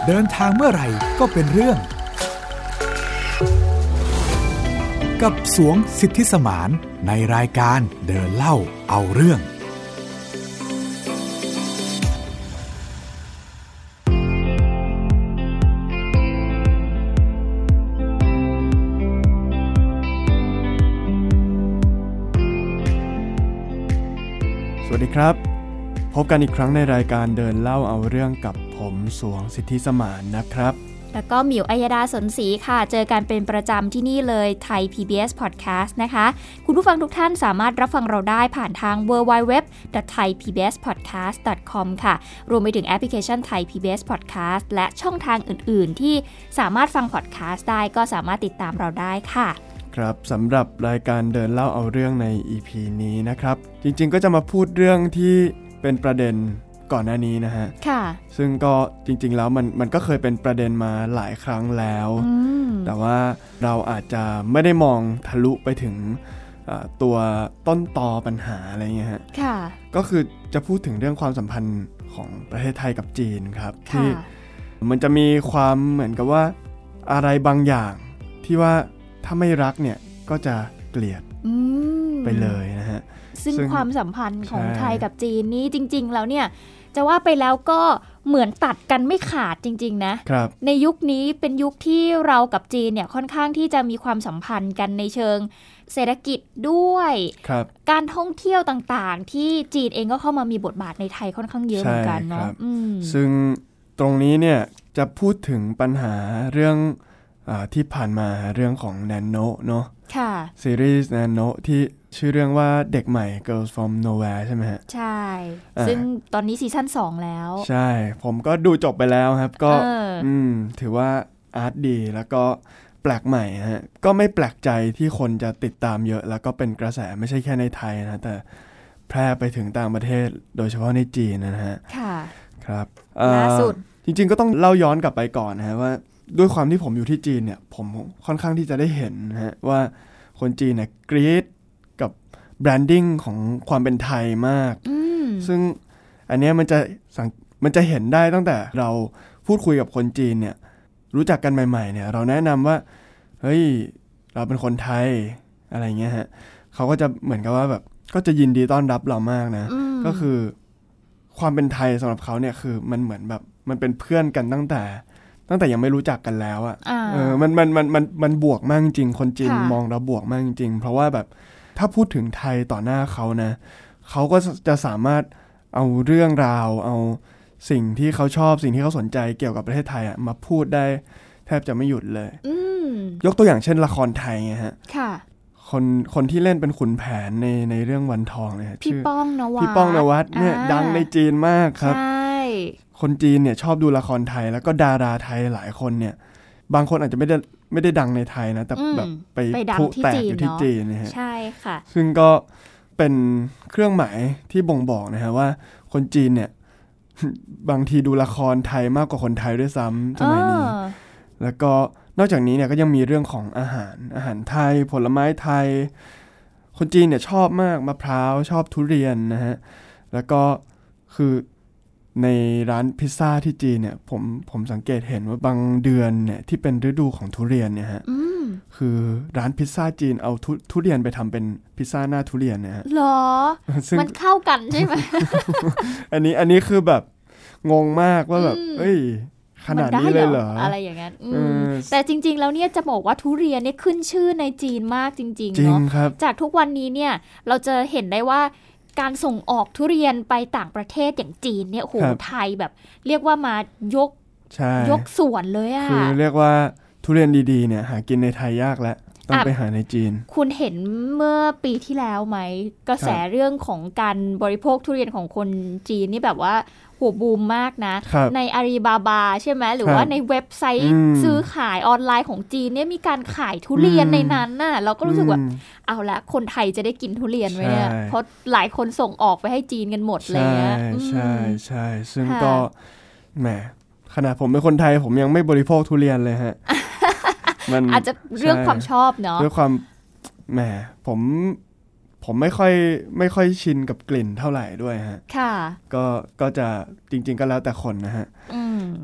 เดินทางเมื่อไหร่ก็เป็นเรื่องกับสวงสิทธิสมานในรายการเดินเล่าเอาเรื่องสวัสดีครับพบกันอีกครั้งในรายการเดินเล่าเอาเรื่องกับผมสวงสิทธิสมานนะครับแล้วก็หมิวอัยดาสนศรีค่ะเจอกันเป็นประจำที่นี่เลยไทย PBS Podcast นะคะคุณผู้ฟังทุกท่านสามารถรับฟังเราได้ผ่านทาง www.thaipbspodcast.com ค่ะรวมไปถึงแอปพลิเคชัน Thai PBS Podcast และช่องทางอื่นๆที่สามารถฟัง podcast ได้ก็สามารถติดตามเราได้ค่ะครับสำหรับรายการเดินเล่าเอาเรื่องใน EP นี้นะครับจริงๆก็จะมาพูดเรื่องที่เป็นประเด็นก่อนหน้านี้นะฮะค่ะซึ่งก็จริงๆแล้วมันก็เคยเป็นประเด็นมาหลายครั้งแล้วแต่ว่าเราอาจจะไม่ได้มองทะลุไปถึงตัวต้นตอปัญหาอะไรเงี้ยฮะค่ะก็คือจะพูดถึงเรื่องความสัมพันธ์ของประเทศไทยกับจีนครับที่มันจะมีความเหมือนกับว่าอะไรบางอย่างที่ว่าถ้าไม่รักเนี่ยก็จะเกลียดไปเลยนะฮะซึ่งความสัมพันธ์ของไทยกับจีนนี้จริงๆแล้วเนี่ยจะว่าไปแล้วก็เหมือนตัดกันไม่ขาดจริงๆนะในยุคนี้เป็นยุคที่เรากับจีนเนี่ยค่อนข้างที่จะมีความสัมพันธ์กันในเชิงเศรษฐกิจด้วยการท่องเที่ยวต่างๆที่จีนเองก็เข้ามามีบทบาทในไทยค่อนข้างเยอะเหมือนกันเนาะซึ่งตรงนี้เนี่ยจะพูดถึงปัญหาเรื่องที่ผ่านมาเรื่องของ Nano เนาะซีรีส์ Nano ที่ชื่อเรื่องว่าเด็กใหม่ Girls from Nowhere ใช่ไหมฮะใช่ซึ่งตอนนี้ซีซั่น2แล้วใช่ผมก็ดูจบไปแล้วครับก็ถือว่าอาร์ตดีแล้วก็แปลกใหม่ฮะก็ไม่แปลกใจที่คนจะติดตามเยอะแล้วก็เป็นกระแสไม่ใช่แค่ในไทยนะแต่แพร่ไปถึงต่างประเทศโดยเฉพาะในจีนนะฮะค่ะครับล่าสุดจริงๆก็ต้องเล่าย้อนกลับไปก่อนนะฮะว่าด้วยความที่ผมอยู่ที่จีนเนี่ยผมค่อนข้างที่จะได้เห็นนะฮะว่าคนจีนเนี่ยกรี๊ดกับแบรนดิ้งของความเป็นไทยมากซึ่งอันนี้มันจะเห็นได้ตั้งแต่เราพูดคุยกับคนจีนเนี่ยรู้จักกันใหม่ๆเนี่ยเราแนะนำว่าเฮ้ยเราเป็นคนไทยอะไรเงี้ยฮะเขาก็จะเหมือนกับว่าแบบก็จะยินดีต้อนรับเรามากนะก็คือความเป็นไทยสำหรับเขาเนี่ยคือมันเหมือนแบบมันเป็นเพื่อนกันตั้งแต่ยังไม่รู้จักกันแล้วอ่ะมันบวกมากจริงคนจีนมองเราบวกมากจริงเพราะว่าแบบถ้าพูดถึงไทยต่อหน้าเขานะเขาก็จะสามารถเอาเรื่องราวเอาสิ่งที่เขาชอบสิ่งที่เขาสนใจเกี่ยวกับประเทศไทยอ่ะมาพูดได้แทบจะไม่หยุดเลยยกตัวอย่างเช่นละครไทยไงฮะคนที่เล่นเป็นขุนแผนในเรื่องวันทองเนี่ยพี่ป้องนวัดเนี่ยดังในจีนมากครับคนจีนเนี่ยชอบดูละครไทยแล้วก็ดาราไทยหลายคนเนี่ยบางคนอาจจะไม่ได้ดังในไทยนะแต่แบบไปพุแตกอยู่ที่จีนนะฮะใช่ค่ะซึ่งก็เป็นเครื่องหมายที่บ่งบอกนะฮะว่าคนจีนเนี่ยบางทีดูละครไทยมากกว่าคนไทยด้วยซ้ำสมัยนี้แล้วก็นอกจากนี้เนี่ยก็ยังมีเรื่องของอาหารไทยผลไม้ไทยคนจีนเนี่ยชอบมากมะพร้าวชอบทุเรียนนะฮะแล้วก็คือในร้านพิซซ่าที่จีนเนี่ยผมสังเกตเห็นว่าบางเดือนเนี่ยที่เป็นฤดูของทุเรียนเนี่ยฮะคือร้านพิซซ่าจีนเอาทุเรียนไปทำเป็นพิซซ่าหน้าทุเรียนเนี่ยฮะหรอ มันเข้ากันใช่ไหมอันนี้คือแบบงงมากว่าแบบเอ้ยขนาดนี้เลยเหรออะไรอย่างนั้นแต่จริงๆแล้วเนี่ยจะบอกว่าทุเรียนเนี่ยขึ้นชื่อในจีนมากจริงๆเนาะจากทุกวันนี้เนี่ยเราจะเห็นได้ว่าการส่งออกทุเรียนไปต่างประเทศอย่างจีนเนี่ยโหไทยแบบเรียกว่ามายกส่วนเลยอะคือเรียกว่าทุเรียนดีๆเนี่ยหากินในไทยยากแล้วต้องไปหาในจีนคุณเห็นเมื่อปีที่แล้วไหมกระแสเรื่องของการบริโภคทุเรียนของคนจีนนี่แบบว่าโหบูมมากนะในอาลีบาบาใช่ไหมหรือว่าในเว็บไซต์ซื้อขายออนไลน์ของจีนเนี่ยมีการขายทุเรียนในนั้นน่ะเราก็รู้สึกว่าเอาละคนไทยจะได้กินทุเรียนไหมเนี่ยเพราะหลายคนส่งออกไปให้จีนกันหมดเลยนะใช่ซึ่งก็แหมขนาดผมเป็นคนไทยผมยังไม่บริโภคทุเรียนเลยฮะมันอาจจะเรื่องความชอบเนาะด้วยความแหมผมไม่ค่อยชินกับกลิ่นเท่าไหร่ด้วยฮะค่ะก็จะจริงๆก็แล้วแต่คนนะฮะ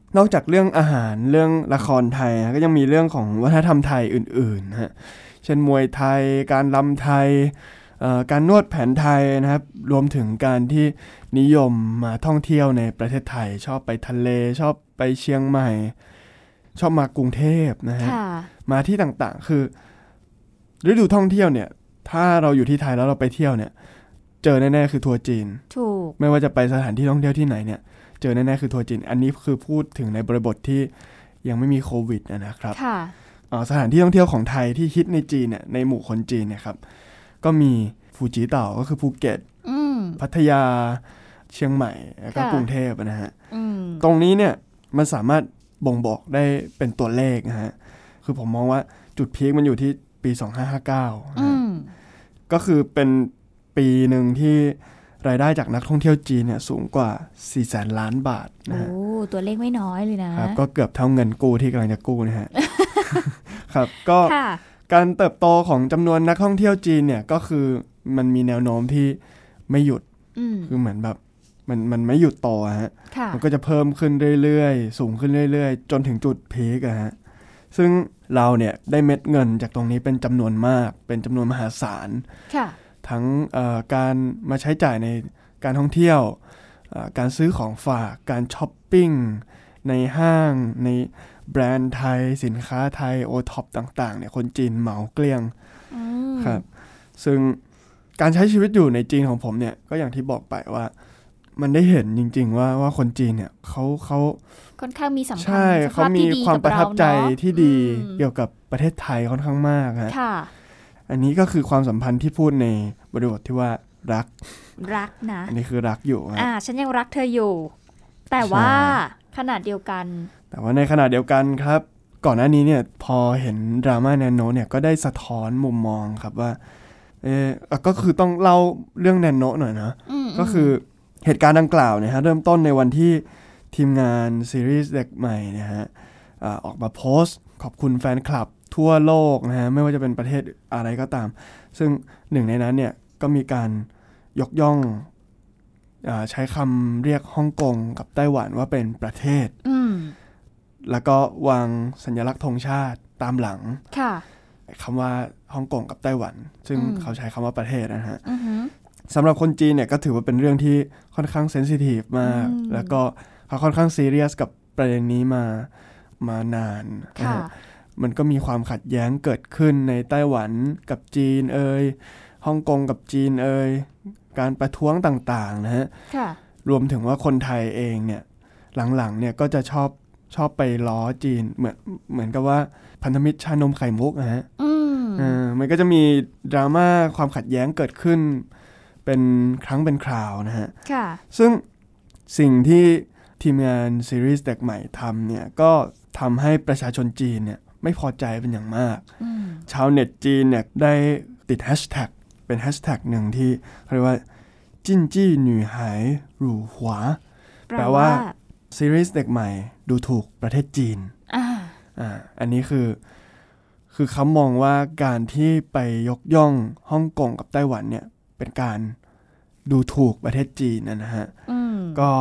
นอกจากเรื่องอาหารเรื่องละครไทยก็ยังมีเรื่องของวัฒนธรรมไทยอื่นๆนะฮะเช่นมวยไทยการรำไทยการนวดแผนไทยนะครับรวมถึงการที่นิยมมาท่องเที่ยวในประเทศไทยชอบไปทะเลชอบไปเชียงใหม่ชอบมากรุงเทพนะฮะมาที่ต่างๆคือฤดูท่องเที่ยวเนี่ยถ้าเราอยู่ที่ไทยแล้วเราไปเที่ยวเนี่ยเจอแน่ๆคือทัวร์จีนถูกไม่ว่าจะไปสถานที่ท่องเที่ยวที่ไหนเนี่ยเจอแน่ๆคือทัวร์จีนอันนี้คือพูดถึงในบริบทที่ยังไม่มีโควิดนะครับสถานที่ท่องเที่ยวของไทยที่ฮิตในจีนเนี่ยในหมู่คนจีนเนี่ยครับก็มีฟูจิเต่าก็คือภูเก็ตพัทยาเชียงใหม่แล้วก็กรุงเทพนะฮะตรงนี้เนี่ยมันสามารถบ่งบอกได้เป็นตัวเลขนะฮะคือผมมองว่าจุดพีคมันอยู่ที่ปี2559ก็คือเป็นปีหนึ่งที่รายได้จากนักท่องเที่ยวจีนเนี่ยสูงกว่า 400,000 ล้านบาทนะฮะโอ้ตัวเลขไม่น้อยเลยนะครับก็เกือบเท่าเงินกู้ที่กำลังจะกู้นะฮะ ครับก็การเติบโตของจำนวนนักท่องเที่ยวจีนเนี่ยก็คือมันมีแนวโน้มที่ไม่หยุดคือเหมือนแบบมันไม่หยุดโตฮะมันก็จะเพิ่มขึ้นเรื่อยๆสูงขึ้นเรื่อยๆจนถึงจุดพีคฮะซึ่งเราเนี่ยได้เม็ดเงินจากตรงนี้เป็นจำนวนมากเป็นจำนวนมหาศาลทั้งการมาใช้จ่ายในการท่องเที่ยวการซื้อของฝากการช้อปปิ้งในห้างในแบรนด์ไทยสินค้าไทยโอท็อปต่างๆเนี่ยคนจีนเหมาเกลี้ยงครับซึ่งการใช้ชีวิตอยู่ในจีนของผมเนี่ยก็อย่างที่บอกไปว่ามันได้เห็นจริงๆว่าคนจีนเนี่ยเขาค่อนข้างมีสัมพันธ์ใช่เขามีความประทับใจที่ดีเกี่ยวกับประเทศไทยค่อนข้างมากฮะอันนี้ก็คือความสัมพันธ์ที่พูดในบริบทที่ว่ารักนะอันนี้คือรักอยู่ฉันยังรักเธออยู่แต่ว่าขนาดเดียวกันแต่ว่าในขณะเดียวกันครับก่อนหน้านี้เนี่ยพอเห็นดราม่าแนโนเนี่ยก็ได้สะท้อนมุมมองครับว่าก็คือต้องเล่าเรื่องแนโนหน่อยนะก็คือเหตุการณ์ดังกล่าวเนี่ยฮะเริ่มต้นในวันที่ทีมงานซีรีส์เด็กใหม่เนี่ยฮะออกมาโพสต์ขอบคุณแฟนคลับทั่วโลกนะฮะไม่ว่าจะเป็นประเทศอะไรก็ตามซึ่งหนึ่งในนั้นเนี่ยก็มีการยกย่องใช้คำเรียกฮ่องกงกับไต้หวันว่าเป็นประเทศแล้วก็วางสัญลักษณ์ธงชาติตามหลังคำว่าฮ่องกงกับไต้หวันซึ่งเขาใช้คำว่าประเทศนะฮะสำหรับคนจีนเนี่ยก็ถือว่าเป็นเรื่องที่ค่อนข้างเซนซิทีฟมากแล้วก็เขาค่อนข้างซีเรียสกับประเด็นนี้มานานมันก็มีความขัดแย้งเกิดขึ้นในไต้หวันกับจีนฮ่องกงกับจีนการประท้วงต่างๆนะฮะรวมถึงว่าคนไทยเองเนี่ยหลังๆเนี่ยก็จะชอบไปล้อจีนเหมือนกับว่าพันธมิตรชานมไข่มุกนะฮะมันก็จะมีดราม่าความขัดแย้งเกิดขึ้นเป็นครั้งเป็นคราวนะฮะซึ่งสิ่งที่ทีมงานซีรีส์เด็กใหม่ทำเนี่ยก็ทำให้ประชาชนจีนเนี่ยไม่พอใจเป็นอย่างมากชาวเน็ตจีนเนี่ยได้ติดแฮชแท็กเป็นแฮชแท็กหนึ่งที่เรียกว่าจิ้นจี้หนู่หายหรูหวาแปลว่าซีรีส์เด็กใหม่ดูถูกประเทศจีนอันนี้คือเขามองว่าการที่ไปยกย่องฮ่องกงกับไต้หวันเนี่ยเป็นการดูถูกประเทศจีนนะฮะก็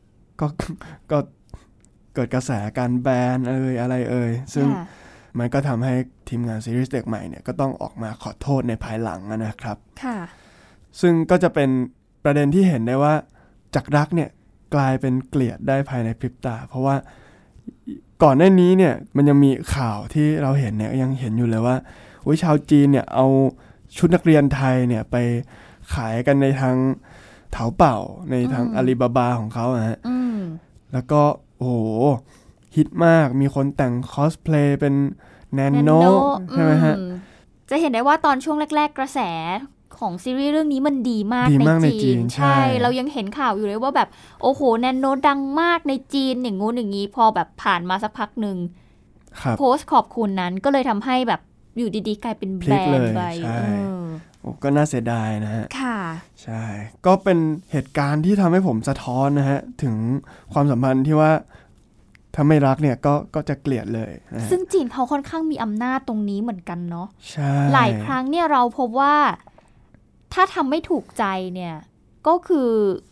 เกิดกระแสการแบนอะไรซึ่งมันก็ทำให้ทีมงานซีรีส์เด็กใหม่เนี่ยก็ต้องออกมาขอโทษในภายหลังนะครับซึ่งก็จะเป็นประเด็นที่เห็นได้ว่าจากรักเนี่ยกลายเป็นเกลียดได้ภายในพริบตาเพราะว่าก่อนหน้านี้เนี่ยมันยังมีข่าวที่เราเห็นเนี่ยยังเห็นอยู่เลยว่าชาวจีนเนี่ยเอาชุดนักเรียนไทยเนี่ยไปขายกันในทางเถาเป่าในทางอาลีบาบาของเขาฮะแล้วก็โอ้โหฮิตมากมีคนแต่งคอสเพลย์เป็นแนนโนใช่ไหมฮะจะเห็นได้ว่าตอนช่วงแรกๆกระแสของซีรีส์เรื่องนี้มันดีมากในจีนใช่เรายังเห็นข่าวอยู่เลยว่าแบบโอ้โหแนนโนดังมากในจีนอย่างงู้นอย่างนี้พอแบบผ่านมาสักพักหนึ่งโพสต์ขอบคุณนั้นก็เลยทำให้แบบอยู่ดีๆกลายเป็นแบรนด์ไปก็น่าเสียดายนะฮะค่ะใช่ก็เป็นเหตุการณ์ที่ทำให้ผมสะท้อนนะฮะถึงความสัมพันธ์ที่ว่าถ้าไม่รักเนี่ยก็จะเกลียดเลยนะซึ่งจีนเขาค่อนข้างมีอำนาจตรงนี้เหมือนกันเนาะใช่หลายครั้งเนี่ยเราพบว่าถ้าทำไม่ถูกใจเนี่ยก็คือ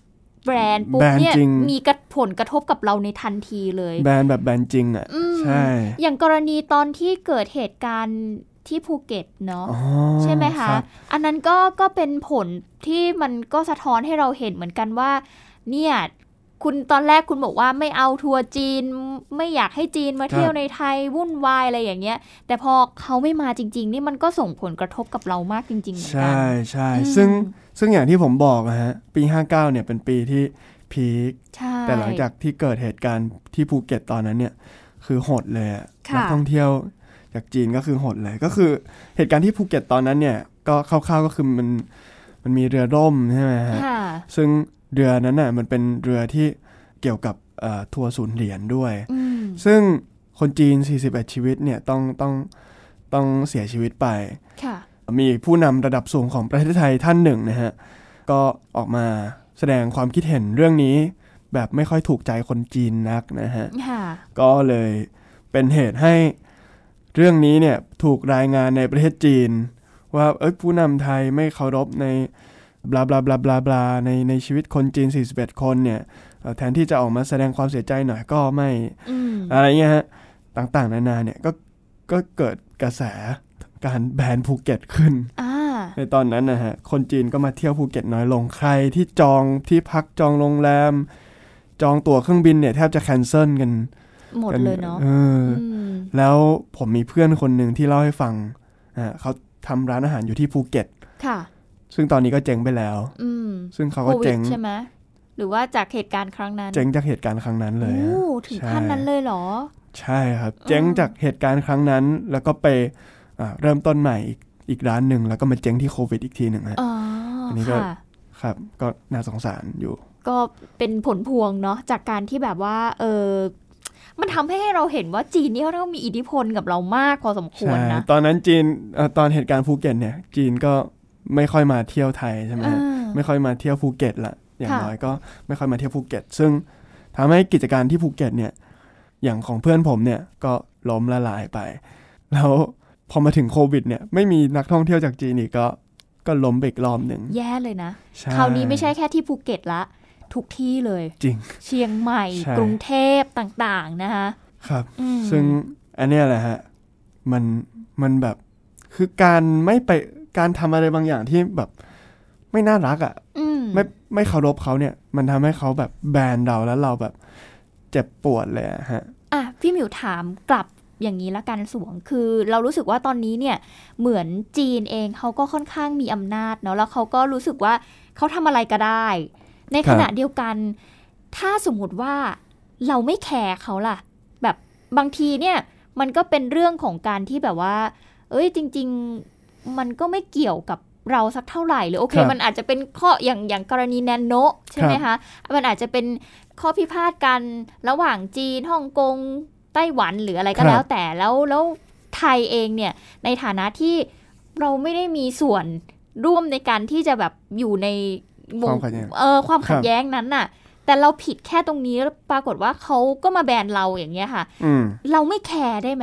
แบรนด์ปุ๊บเนี่ยมีผลกระทบกับเราในทันทีเลยแบรนด์แบบแบรนด์จริงอ่ะใช่อย่างกรณีตอนที่เกิดเหตุการณ์ที่ภูเก็ตเนาะใช่ไหมคะอันนั้นก็เป็นผลที่มันก็สะท้อนให้เราเห็นเหมือนกันว่าเนี่ยคุณตอนแรกคุณบอกว่าไม่เอาทัวร์จีนไม่อยากให้จีนมาเที่ยวในไทยวุ่นวายอะไรอย่างเงี้ยแต่พอเขาไม่มาจริงๆนี่มันก็ส่งผลกระทบกับเรามากจริงๆเหมือนกันใช่ซึ่งอย่างที่ผมบอกนะฮะปี59เนี่ยเป็นปีที่พีคแต่หลังจากที่เกิดเหตุการณ์ที่ภูเก็ตตอนนั้นเนี่ยคือหดเลยนักท่องเที่ยวจากจีนก็คือหดเลยก็คือเหตุการณ์ที่ภูเก็ตตอนนั้นเนี่ยก็คร่าวๆก็คือมันมีเรือร่มใช่ไหมฮะซึ่งเรือนั้นน่ะมันเป็นเรือที่เกี่ยวกับทัวร์ศูนย์เหรียญด้วยซึ่งคนจีน41ชีวิตเนี่ยต้องเสียชีวิตไปมีผู้นำระดับสูงของประเทศไทยท่านหนึ่งนะฮะก็ออกมาแสดงความคิดเห็นเรื่องนี้แบบไม่ค่อยถูกใจคนจีนนักนะฮะก็เลยเป็นเหตุให้เรื่องนี้เนี่ยถูกรายงานในประเทศจีนว่าผู้นำไทยไม่เคารพในบลาบลาบลาบลาบลาในชีวิตคนจีน41คนเนี่ยแทนที่จะออกมาแสดงความเสียใจหน่อยก็ไม่อะไรเงี้ยฮะต่างๆนานาเนี่ยก็เกิดกระแสการแบนภูเก็ตขึ้นในตอนนั้นนะฮะคนจีนก็มาเที่ยวภูเก็ตน้อยลงใครที่จองที่พักจองโรงแรมจองตั๋วเครื่องบินเนี่ยแทบจะแคนเซิลกันหมดเลยเนาะแล้วผมมีเพื่อนคนหนึ่งที่เล่าให้ฟังเขาทำร้านอาหารอยู่ที่ภูเก็ตค่ะซึ่งตอนนี้ก็เจ๊งไปแล้วซึ่งเขาก็เจ๊งใช่ไหมหรือว่าจากเหตุการณ์ครั้งนั้นเจ๊งจากเหตุการณ์ครั้งนั้นเลยถึงขั้นนั้นเลยเหรอใช่ครับเจ๊งจากเหตุการณ์ครั้งนั้นแล้วก็ไปเริ่มต้นใหม่อีกร้านหนึ่งแล้วก็มาเจ๊งที่โควิดอีกทีหนึ่งฮะอันนี้ก็ครับก็น่าสงสารอยู่ก็เป็นผลพวงเนาะจากการที่แบบว่ามันทำให้เราเห็นว่าจีนนี่เขาต้องมีอิทธิพลกับเรามากพอสมควรนะตอนนั้นจีนตอนเหตุการณ์ภูเก็ตเนี่ยจีนก็ไม่ค่อยมาเที่ยวไทยใช่ไหมไม่ค่อยมาเที่ยวภูเก็ตละอย่างน้อยก็ไม่ค่อยมาเที่ยวภูเก็ตซึ่งทำให้กิจการที่ภูเก็ตเนี่ยอย่างของเพื่อนผมเนี่ยก็ล้มละลายไปแล้วพอมาถึงโควิดเนี่ยไม่มีนักท่องเที่ยวจากจีนอีกก็ล้มไปอีกรอบหนึ่งแย่เลยนะคราวนี้ไม่ใช่แค่ที่ภูเก็ตละทุกที่เลยจริงเชียงใหม่กรุงเทพต่างๆนะคะครับซึ่งอันนี้แหละฮะมันแบบคือการทำอะไรบางอย่างที่แบบไม่น่ารักอ่ะไม่เคารพเขาเนี่ยมันทำให้เขาแบบแบนเราแล้วเราแบบเจ็บปวดเลยฮะพี่หมิวถามกลับอย่างนี้ละกันสวงคือเรารู้สึกว่าตอนนี้เนี่ยเหมือนจีนเองเขาก็ค่อนข้างมีอำนาจเนาะแล้วเขาก็รู้สึกว่าเขาทำอะไรก็ได้ในขณะเดียวกันถ้าสมมติว่าเราไม่แคร์เขาล่ะแบบบางทีเนี่ยมันก็เป็นเรื่องของการที่แบบว่าจริงๆมันก็ไม่เกี่ยวกับเราสักเท่าไหร่หรือโอเคมันอาจจะเป็นข้ออย่างกรณีแนนโนใช่ไหมคะมันอาจจะเป็นข้อพิพาทกันระหว่างจีนฮ่องกงไต้หวันหรืออะไรก็แล้วแต่แล้วไทยเองเนี่ยในฐานะที่เราไม่ได้มีส่วนร่วมในการที่จะแบบอยู่ในความขัดแย้งนั้นน่ะแต่เราผิดแค่ตรงนี้ปรากฏว่าเขาก็มาแบนเราอย่างเงี้ยค่ะเราไม่แคร์ได้ไหม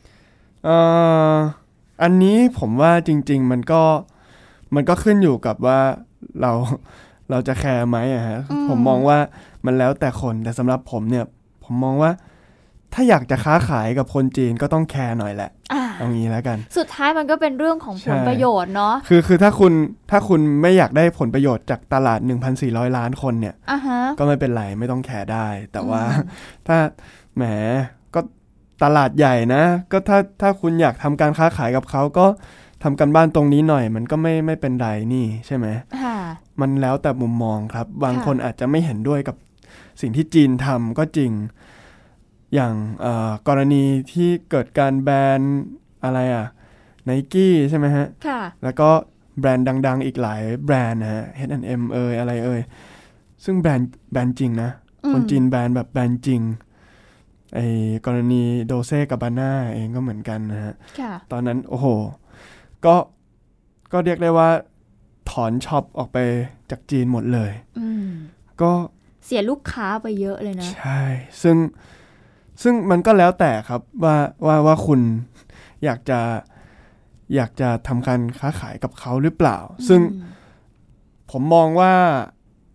อันนี้ผมว่าจริงๆมันก็ขึ้นอยู่กับว่าเราจะแคร์ไหมอะฮะผมมองว่ามันแล้วแต่คนแต่สำหรับผมเนี่ยผมมองว่าถ้าอยากจะค้าขายกับคนจีนก็ต้องแคร์หน่อยแหละเอางี้แล้วกันสุดท้ายมันก็เป็นเรื่องของผลประโยชน์เนาะคือถ้าคุณไม่อยากได้ผลประโยชน์จากตลาด 1,400 ล้านคนเนี่ยก็ไม่เป็นไรไม่ต้องแคร์ได้แต่ว่าถ้าแหมก็ตลาดใหญ่นะก็ถ้าคุณอยากทำการค้าขายกับเขาก็ทำกันบ้านตรงนี้หน่อยมันก็ไม่เป็นไรนี่ใช่ไหมมันแล้วแต่มุมมองครับบางคนอาจจะไม่เห็นด้วยกับสิ่งที่จีนทำก็จริงอย่างกรณีที่เกิดการแบนอะไรNike ใช่ไหมฮะแล้วก็แบรนด์ดังๆอีกหลายแบรนด์นะฮะ H&M อะไรซึ่งแบรนด์จริงนะคนจีนแบรนด์แบบแบรนด์จริงกรณีโดเซ่กับาน่าเองก็เหมือนกันนะฮะตอนนั้นโอ้โหก็เรียกได้ว่าถอนช็อปออกไปจากจีนหมดเลยก็เสียลูกค้าไปเยอะเลยนะใช่ซึ่งมันก็แล้วแต่ครับว่าคุณอยากจะทำการค้าขายกับเขาหรือเปล่าซึ่งผมมองว่า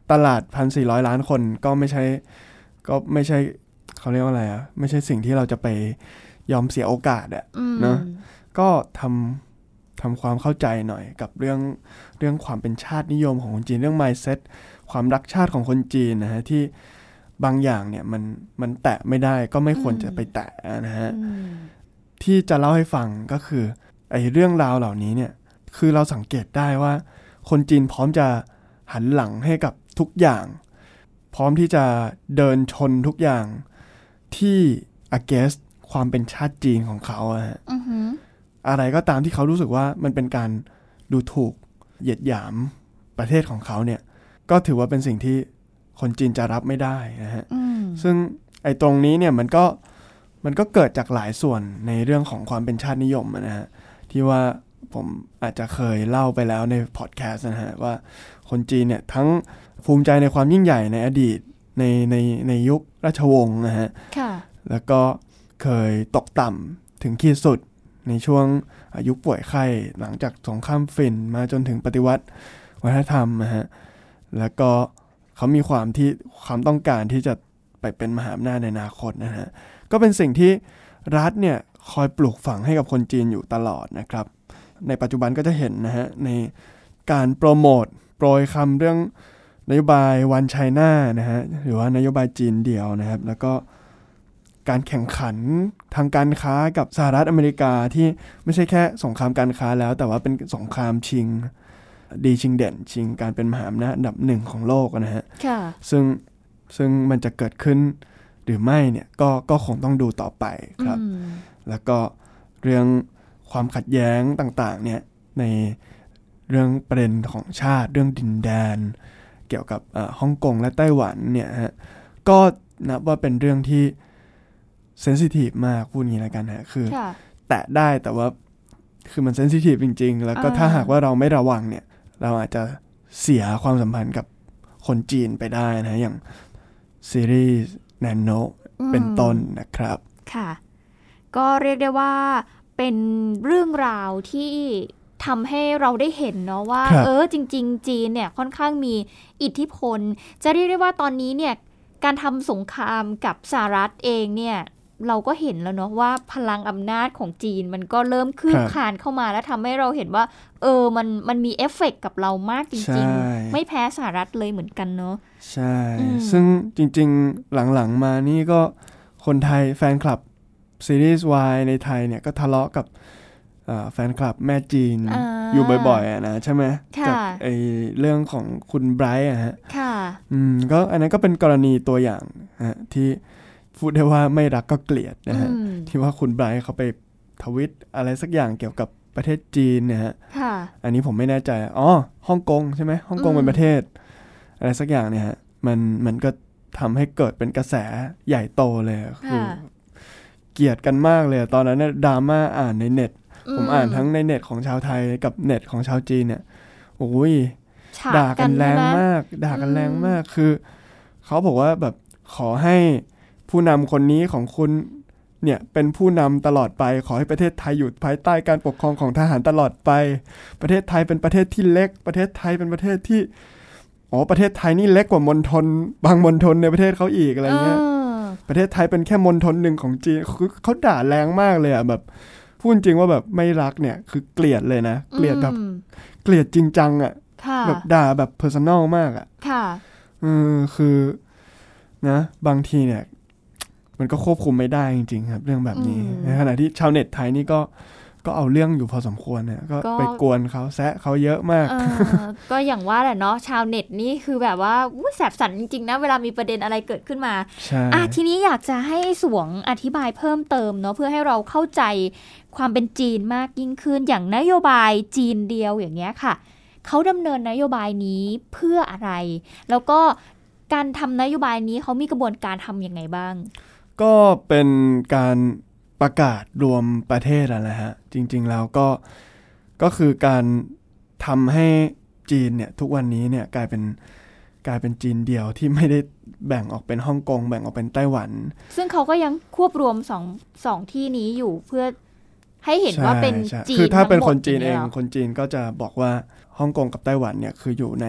ตลาด 1,400 ล้านคนก็ไม่ใช่เขาเรียกว่าอะไรอ่ะไม่ใช่สิ่งที่เราจะไปยอมเสียโอกาสอ่ะเนาะก็ทำความเข้าใจหน่อยกับเรื่องความเป็นชาตินิยมของคนจีนเรื่อง mindset ความรักชาติของคนจีนนะฮะที่บางอย่างเนี่ยมันแตะไม่ได้ก็ไม่ควรจะไปแตะนะฮะที่จะเล่าให้ฟังก็คือไอ้เรื่องราวเหล่านี้เนี่ยคือเราสังเกตได้ว่าคนจีนพร้อมจะหันหลังให้กับทุกอย่างพร้อมที่จะเดินชนทุกอย่างที่ against ความเป็นชาติจีนของเขาอะฮะอะไรก็ตามที่เขารู้สึกว่ามันเป็นการดูถูกเหยียดหยามประเทศของเขาเนี่ยก็ถือว่าเป็นสิ่งที่คนจีนจะรับไม่ได้นะฮะซึ่งไอ้ตรงนี้เนี่ยมันก็เกิดจากหลายส่วนในเรื่องของความเป็นชาตินิยมนะฮะที่ว่าผมอาจจะเคยเล่าไปแล้วในพอดแคสต์นะฮะว่าคนจีนเนี่ยทั้งภูมิใจในความยิ่งใหญ่ในอดีตในยุคราชวงศ์นะฮะแล้วก็เคยตกต่ำถึงขีดสุดในช่วงอายุป่วยไข้หลังจากสงครามฝิ่นมาจนถึงปฏิวัติวัฒนธรรมนะฮะแล้วก็เขามีความต้องการที่จะไปเป็นมหาอำนาจในอนาคตนะฮะก็เป็นสิ่งที่รัฐเนี่ยคอยปลูกฝังให้กับคนจีนอยู่ตลอดนะครับในปัจจุบันก็จะเห็นนะฮะในการโปรยคำเรื่องนโยบายวันไชน่านะฮะหรือว่านโยบายจีนเดียวนะครับแล้วก็การแข่งขันทางการค้ากับสหรัฐอเมริกาที่ไม่ใช่แค่สงครามการค้าแล้วแต่ว่าเป็นสงครามชิงดีชิงเด่นชิงการเป็นมหาอำนาจอันดับหนึ่งของโลกนะฮะซึ่งมันจะเกิดขึ้นหรือไม่เนี่ยก็คงต้องดูต่อไปครับแล้วก็เรื่องความขัดแย้งต่างๆเนี่ยในเรื่องประเด็นของชาติเรื่องดินแดนเกี่ยวกับฮ่องกงและไต้หวันเนี่ยฮะก็นับว่าเป็นเรื่องที่เซนซิทีฟมากพูดงี้แล้วกันฮะคือแตะได้แต่ว่าคือมันเซนซิทีฟจริงๆแล้วก็ถ้าหากว่าเราไม่ระวังเนี่ยเราอาจจะเสียความสัมพันธ์กับคนจีนไปได้นะอย่างซีรีส์แนนโนเป็นต้นนะครับค่ะก็เรียกได้ว่าเป็นเรื่องราวที่ทำให้เราได้เห็นเนาะว่าจริงๆจีนเนี่ยค่อนข้างมีอิทธิพลจะเรียกได้ว่าตอนนี้เนี่ยการทำสงครามกับสหรัฐเองเนี่ยเราก็เห็นแล้วเนาะว่าพลังอำนาจของจีนมันก็เริ่มคืบคลานเข้ามาแล้วทำให้เราเห็นว่ามันมีเอฟเฟกต์กับเรามากจริงๆไม่แพ้สหรัฐเลยเหมือนกันเนาะใช่ซึ่งจริงๆหลังๆมานี่ก็คนไทยแฟนคลับซีรีส์ Y ในไทยเนี่ยก็ทะเลาะกับแฟนคลับแม่จีนอยู่บ่อยๆนะใช่ไหมจากไอ้เรื่องของคุณไบรท์ฮะก็อันนั้นก็เป็นกรณีตัวอย่างที่พูดได้ว่าไม่รักก็เกลียดนะฮะที่ว่าคุณไบรท์เขาไปทวิตอะไรสักอย่างเกี่ยวกับประเทศจีนเนี่ยฮะอันนี้ผมไม่แน่ใจฮ่องกงใช่ไหมฮ่องกงเป็นประเทศอะไรสักอย่างเนี่ยฮะมันก็ทำให้เกิดเป็นกระแสใหญ่โตเลยคือเกลียดกันมากเลยตอนนั้นเนี่ยดราม่าอ่านในเน็ตผมอ่านทั้งในเน็ตของชาวไทยกับเน็ตของชาวจีนเนี่ยโอ้ยด่ากันแรงมากคือเขาบอกว่าแบบขอให้ผู้นำคนนี้ของคุณเนี่ยเป็นผู้นำตลอดไปขอให้ประเทศไทยอยู่ภายใต้การปกครองของทหารตลอดไปประเทศไทยเป็นประเทศที่เล็กประเทศไทยเป็นประเทศที่ประเทศไทยนี่เล็กกว่ามณฑลบางมณฑลในประเทศเขาอีกอะไรเงี้ยประเทศไทยเป็นแค่มณฑลหนึ่งของจีนคือเขาด่าแรงมากเลยอ่ะแบบพูดจริงว่าแบบไม่รักเนี่ยคือเกลียดเลยนะเกลียดแบบเกลียดจริงจังอ่ะแบบด่าแบบเพอร์ซันนอลมากอ่ะคือนะบางทีเนี่ยมันก็ควบคุมไม่ได้จริงๆครับเรื่องแบบนี้ในขณะที่ชาวเน็ตไทยนี่ก็เอาเรื่องอยู่พอสมควรเนี่ยก็ไปกวนเขาแซะเขาเยอะมากก็อย่างว่าแหละเนาะชาวเน็ตนี่คือแบบว่าแสบสันจริงๆนะเวลามีประเด็นอะไรเกิดขึ้นมาทีนี้อยากจะให้สวงอธิบายเพิ่มเติมเนาะเพื่อให้เราเข้าใจความเป็นจีนมากยิ่งขึ้นอย่างนโยบายจีนเดียวอย่างเงี้ยค่ะเขาดำเนินนโยบายนี้เพื่ออะไรแล้วก็การทำนโยบายนี้เขามีกระบวนการทำยังไงบ้างก็เป็นการประกาศรวมประเทศอะไรฮะจริงๆแล้วก็คือการทำให้จีนเนี่ยทุกวันนี้เนี่ยกลายเป็นจีนเดียวที่ไม่ได้แบ่งออกเป็นฮ่องกงแบ่งออกเป็นไต้หวันซึ่งเขาก็ยังควบรวมสองที่นี้อยู่เพื่อให้เห็นว่าเป็นจีนคือถ้าเป็นคนจีนเองคนจีนก็จะบอกว่าฮ่องกงกับไต้หวันเนี่ยคืออยู่ใน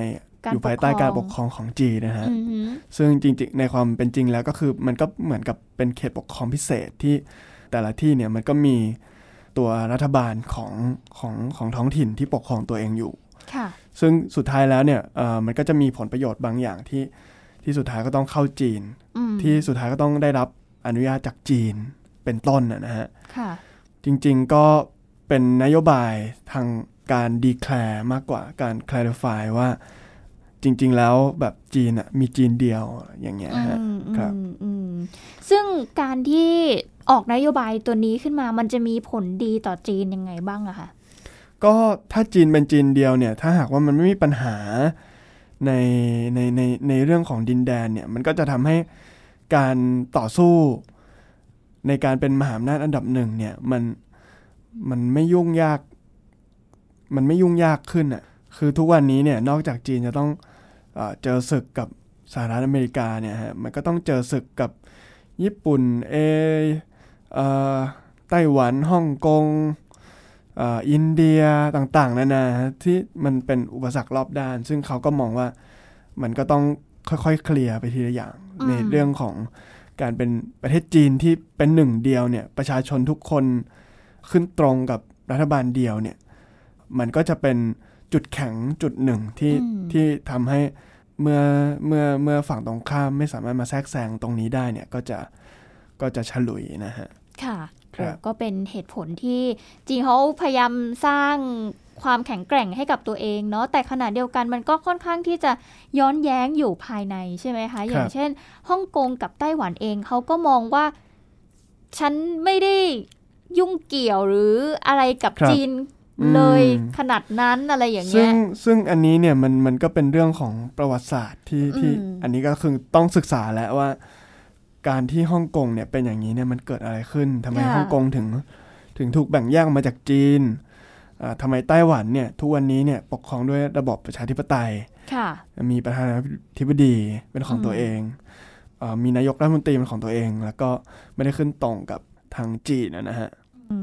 อยู่ภายใต้การปกครองของจีนนะฮะซึ่งจริงๆในความเป็นจริงแล้วก็คือมันก็เหมือนกับเป็นเขตปกครองพิเศษที่แต่ละที่เนี่ยมันก็มีตัวรัฐบาลของท้องถิ่นที่ปกครองตัวเองอยู่ซึ่งสุดท้ายแล้วเนี่ยมันก็จะมีผลประโยชน์บางอย่างที่สุดท้ายก็ต้องเข้าจีนที่สุดท้ายก็ต้องได้รับอนุญาตจากจีนเป็นต้นนะฮะจริงๆก็เป็นนโยบายทางการดีแคลร์มากกว่าการแคลริฟายว่าจริงๆแล้วแบบจีนอ่ะมีจีนเดียวอย่างเงี้ยครับซึ่งการที่ออกนโยบายตัวนี้ขึ้นมามันจะมีผลดีต่อจีนยังไงบ้างอะคะก็ถ้าจีนเป็นจีนเดียวเนี่ยถ้าหากว่ามันไม่มีปัญหาในเรื่องของดินแดนเนี่ยมันก็จะทำให้การต่อสู้ในการเป็นมหาอำนาจอันดับหนึ่งเนี่ยมันไม่ยุ่งยากขึ้นอ่ะคือทุกวันนี้เนี่ยนอกจากจีนจะต้องเจอศึกกับสหรัฐอเมริกาเนี่ยฮะมันก็ต้องเจอศึกกับญี่ปุ่นไต้หวันฮ่องกงอินเดียต่างๆนานาที่มันเป็นอุปสรรครอบด้านซึ่งเขาก็มองว่ามันก็ต้องค่อยๆเคลียร์ไปทีละอย่างในเรื่องของการเป็นประเทศจีนที่เป็นหนึ่งเดียวเนี่ยประชาชนทุกคนขึ้นตรงกับรัฐบาลเดียวเนี่ยมันก็จะเป็นจุดแข็งจุดหนึ่งที่ทำให้เมื่อฝั่งตรงข้ามไม่สามารถมาแทรกแซงตรงนี้ได้เนี่ยก็จะฉลุยนะฮะค่ะก็เป็นเหตุผลที่จริงเขาพยายามสร้างความแข็งแกร่งให้กับตัวเองเนาะแต่ขณะเดียวกันมันก็ค่อนข้างที่จะย้อนแย้งอยู่ภายในใช่ไหมคะอย่างเช่นฮ่องกงกับไต้หวันเองเขาก็มองว่าฉันไม่ได้ยุ่งเกี่ยวหรืออะไรกับจีนเลยขนาดนั้นอะไรอย่างเงี้ยซึ่งอันนี้เนี่ยมันก็เป็นเรื่องของประวัติศาสตร์ที่อันนี้ก็คือต้องศึกษาแล้วว่าการที่ฮ่องกงเนี่ยเป็นอย่างนี้เนี่ยมันเกิดอะไรขึ้นทำไมฮ่องกงถึงถูกแบ่งแยกมาจากจีนทำไมไต้หวันเนี่ยทุกวันนี้เนี่ยปกครองด้วยระบอบประชาธิปไตยมีประธานาธิบดีเป็นของตัวเองมีนายกรัฐมนตรีเป็นของตัวเองแล้วก็ไม่ได้ขึ้นตรงกับทางจีนนะฮะ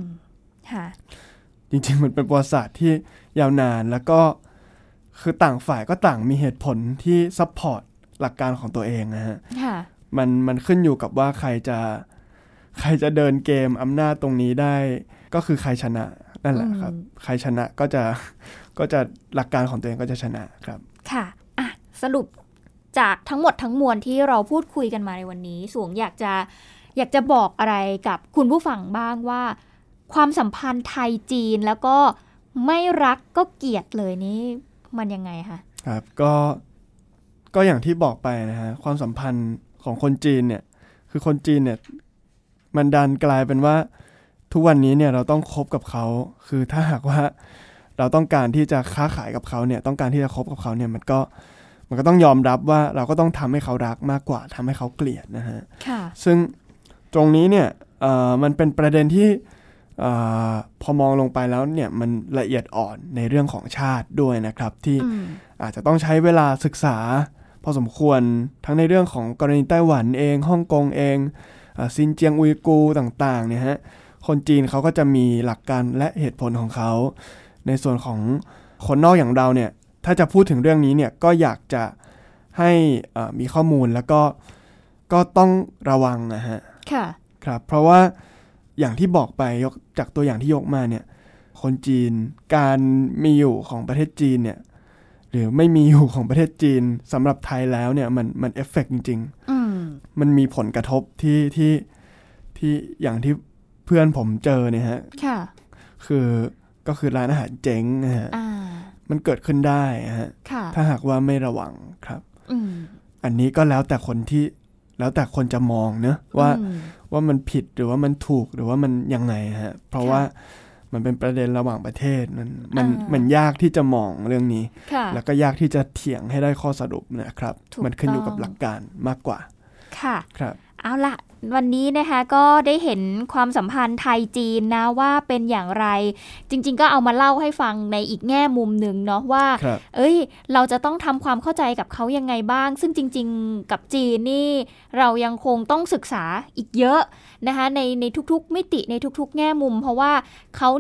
จริงๆมันเป็นประวัติศาสตร์ที่ยาวนานแล้วก็คือต่างฝ่ายก็ต่างมีเหตุผลที่ซัพพอร์ตหลักการของตัวเองนะฮะมันขึ้นอยู่กับว่าใครจะเดินเกมอำนาจตรงนี้ได้ก็คือใครชนะนั่นแหละครับใครชนะก็จะหลักการของตัวเองก็จะชนะครับค่ะสรุปจากทั้งหมดทั้งมวลที่เราพูดคุยกันมาในวันนี้สวงอยากจะบอกอะไรกับคุณผู้ฟังบ้างว่าความสัมพันธ์ไทยจีนแล้วก็ไม่รักก็เกลียดเลยนี่มันยังไงคะครับก็อย่างที่บอกไปนะฮะความสัมพันธ์ของคนจีนเนี่ยคือคนจีนเนี่ยมันดันกลายเป็นว่าทุกวันนี้เนี่ยเราต้องคบกับเขาคือถ้าหากว่าเราต้องการที่จะค้าขายกับเขาเนี่ยต้องการที่จะคบกับเขาเนี่ยมันก็ต้องยอมรับว่าเราก็ต้องทำให้เขารักมากกว่าทำให้เขาเกลียดนะฮะซึ่งตรงนี้เนี่ยมันเป็นประเด็นที่พอมองลงไปแล้วเนี่ยมันละเอียดอ่อนในเรื่องของชาติด้วยนะครับที่อาจจะต้องใช้เวลาศึกษาพอสมควรทั้งในเรื่องของกรณีไต้หวันเองฮ่องกงเองซินเจียงอุยกูร์ต่างๆเนี่ยฮะคนจีนเขาก็จะมีหลักการและเหตุผลของเขาในส่วนของคนนอกอย่างเราเนี่ยถ้าจะพูดถึงเรื่องนี้เนี่ยก็อยากจะให้มีข้อมูลแล้วก็ต้องระวังนะฮะครับเพราะว่าอย่างที่บอกไปยกจากตัวอย่างที่ยกมาเนี่ยคนจีนการมีอยู่ของประเทศจีนเนี่ยหรือไม่มีอยู่ของประเทศจีนสำหรับไทยแล้วเนี่ยมันเอฟเฟกต์จริงๆมันมีผลกระทบที่อย่างที่เพื่อนผมเจอเนี่ยฮะก็คือร้านอาหารเจ๊งนะฮะมันเกิดขึ้นได้ฮะถ้าหากว่าไม่ระวังครับอันนี้ก็แล้วแต่คนจะมองเนะว่ามันผิดหรือว่ามันถูกหรือว่ามันยังไงฮะเพราะว่ามันเป็นประเด็นระหว่างประเทศมันยากที่จะมองเรื่องนี้แล้วก็ยากที่จะเถียงให้ได้ข้อสรุปนะครับมันขึ้นอยู่กับหลักการมากกว่าค่ะครับเอาล่ะวันนี้นะคะก็ได้เห็นความสัมพันธ์ไทยจีนนะว่าเป็นอย่างไรจริงๆก็เอามาเล่าให้ฟังในอีกแง่มุมหนึ่งเนาะว่าเราจะต้องทำความเข้าใจกับเขายังไงบ้างซึ่งจริงๆกับจีนนี่เรายังคงต้องศึกษาอีกเยอะนะคะในทุกๆมิติในทุกๆแง่มุมเพราะว่าเขาเนี่ย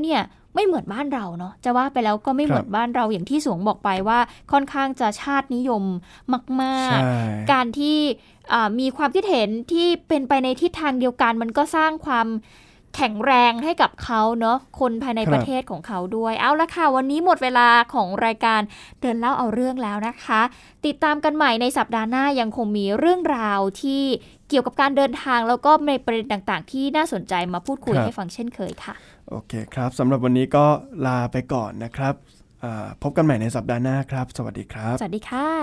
ไม่เหมือนบ้านเราเนาะจะว่าไปแล้วก็ไม่เหมือนบ้านเราอย่างที่สวงบอกไปว่าค่อนข้างจะชาตินิยมมากๆการที่มีความคิดเห็นที่เป็นไปในทิศทางเดียวกันมันก็สร้างความแข็งแรงให้กับเขาเนาะคนภายในประเทศของเขาด้วยเอาละค่ะวันนี้หมดเวลาของรายการเดินเล่าเอาเรื่องแล้วนะคะติดตามกันใหม่ในสัปดาห์หน้ายังคงมีเรื่องราวที่เกี่ยวกับการเดินทางแล้วก็ในประเด็นต่างๆที่น่าสนใจมาพูดคุยให้ฟังเช่นเคยค่ะโอเคครับสำหรับวันนี้ก็ลาไปก่อนนะครับพบกันใหม่ในสัปดาห์หน้าครับสวัสดีครับสวัสดีค่ะ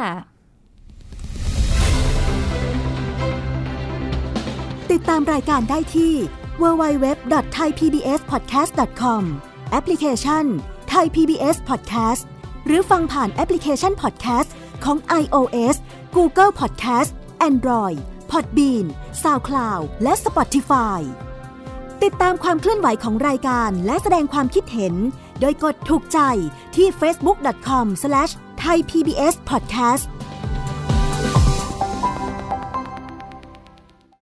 ติดตามรายการได้ที่ www.thaipbspodcast.com แอปพลิเคชัน Thai PBS Podcast หรือฟังผ่านแอปพลิเคชัน Podcast ของ iOS Google Podcast Android Podbean SoundCloud และ Spotify ติดตามความเคลื่อนไหวของรายการและแสดงความคิดเห็นโดยกดถูกใจที่ facebook.com/thaipbspodcast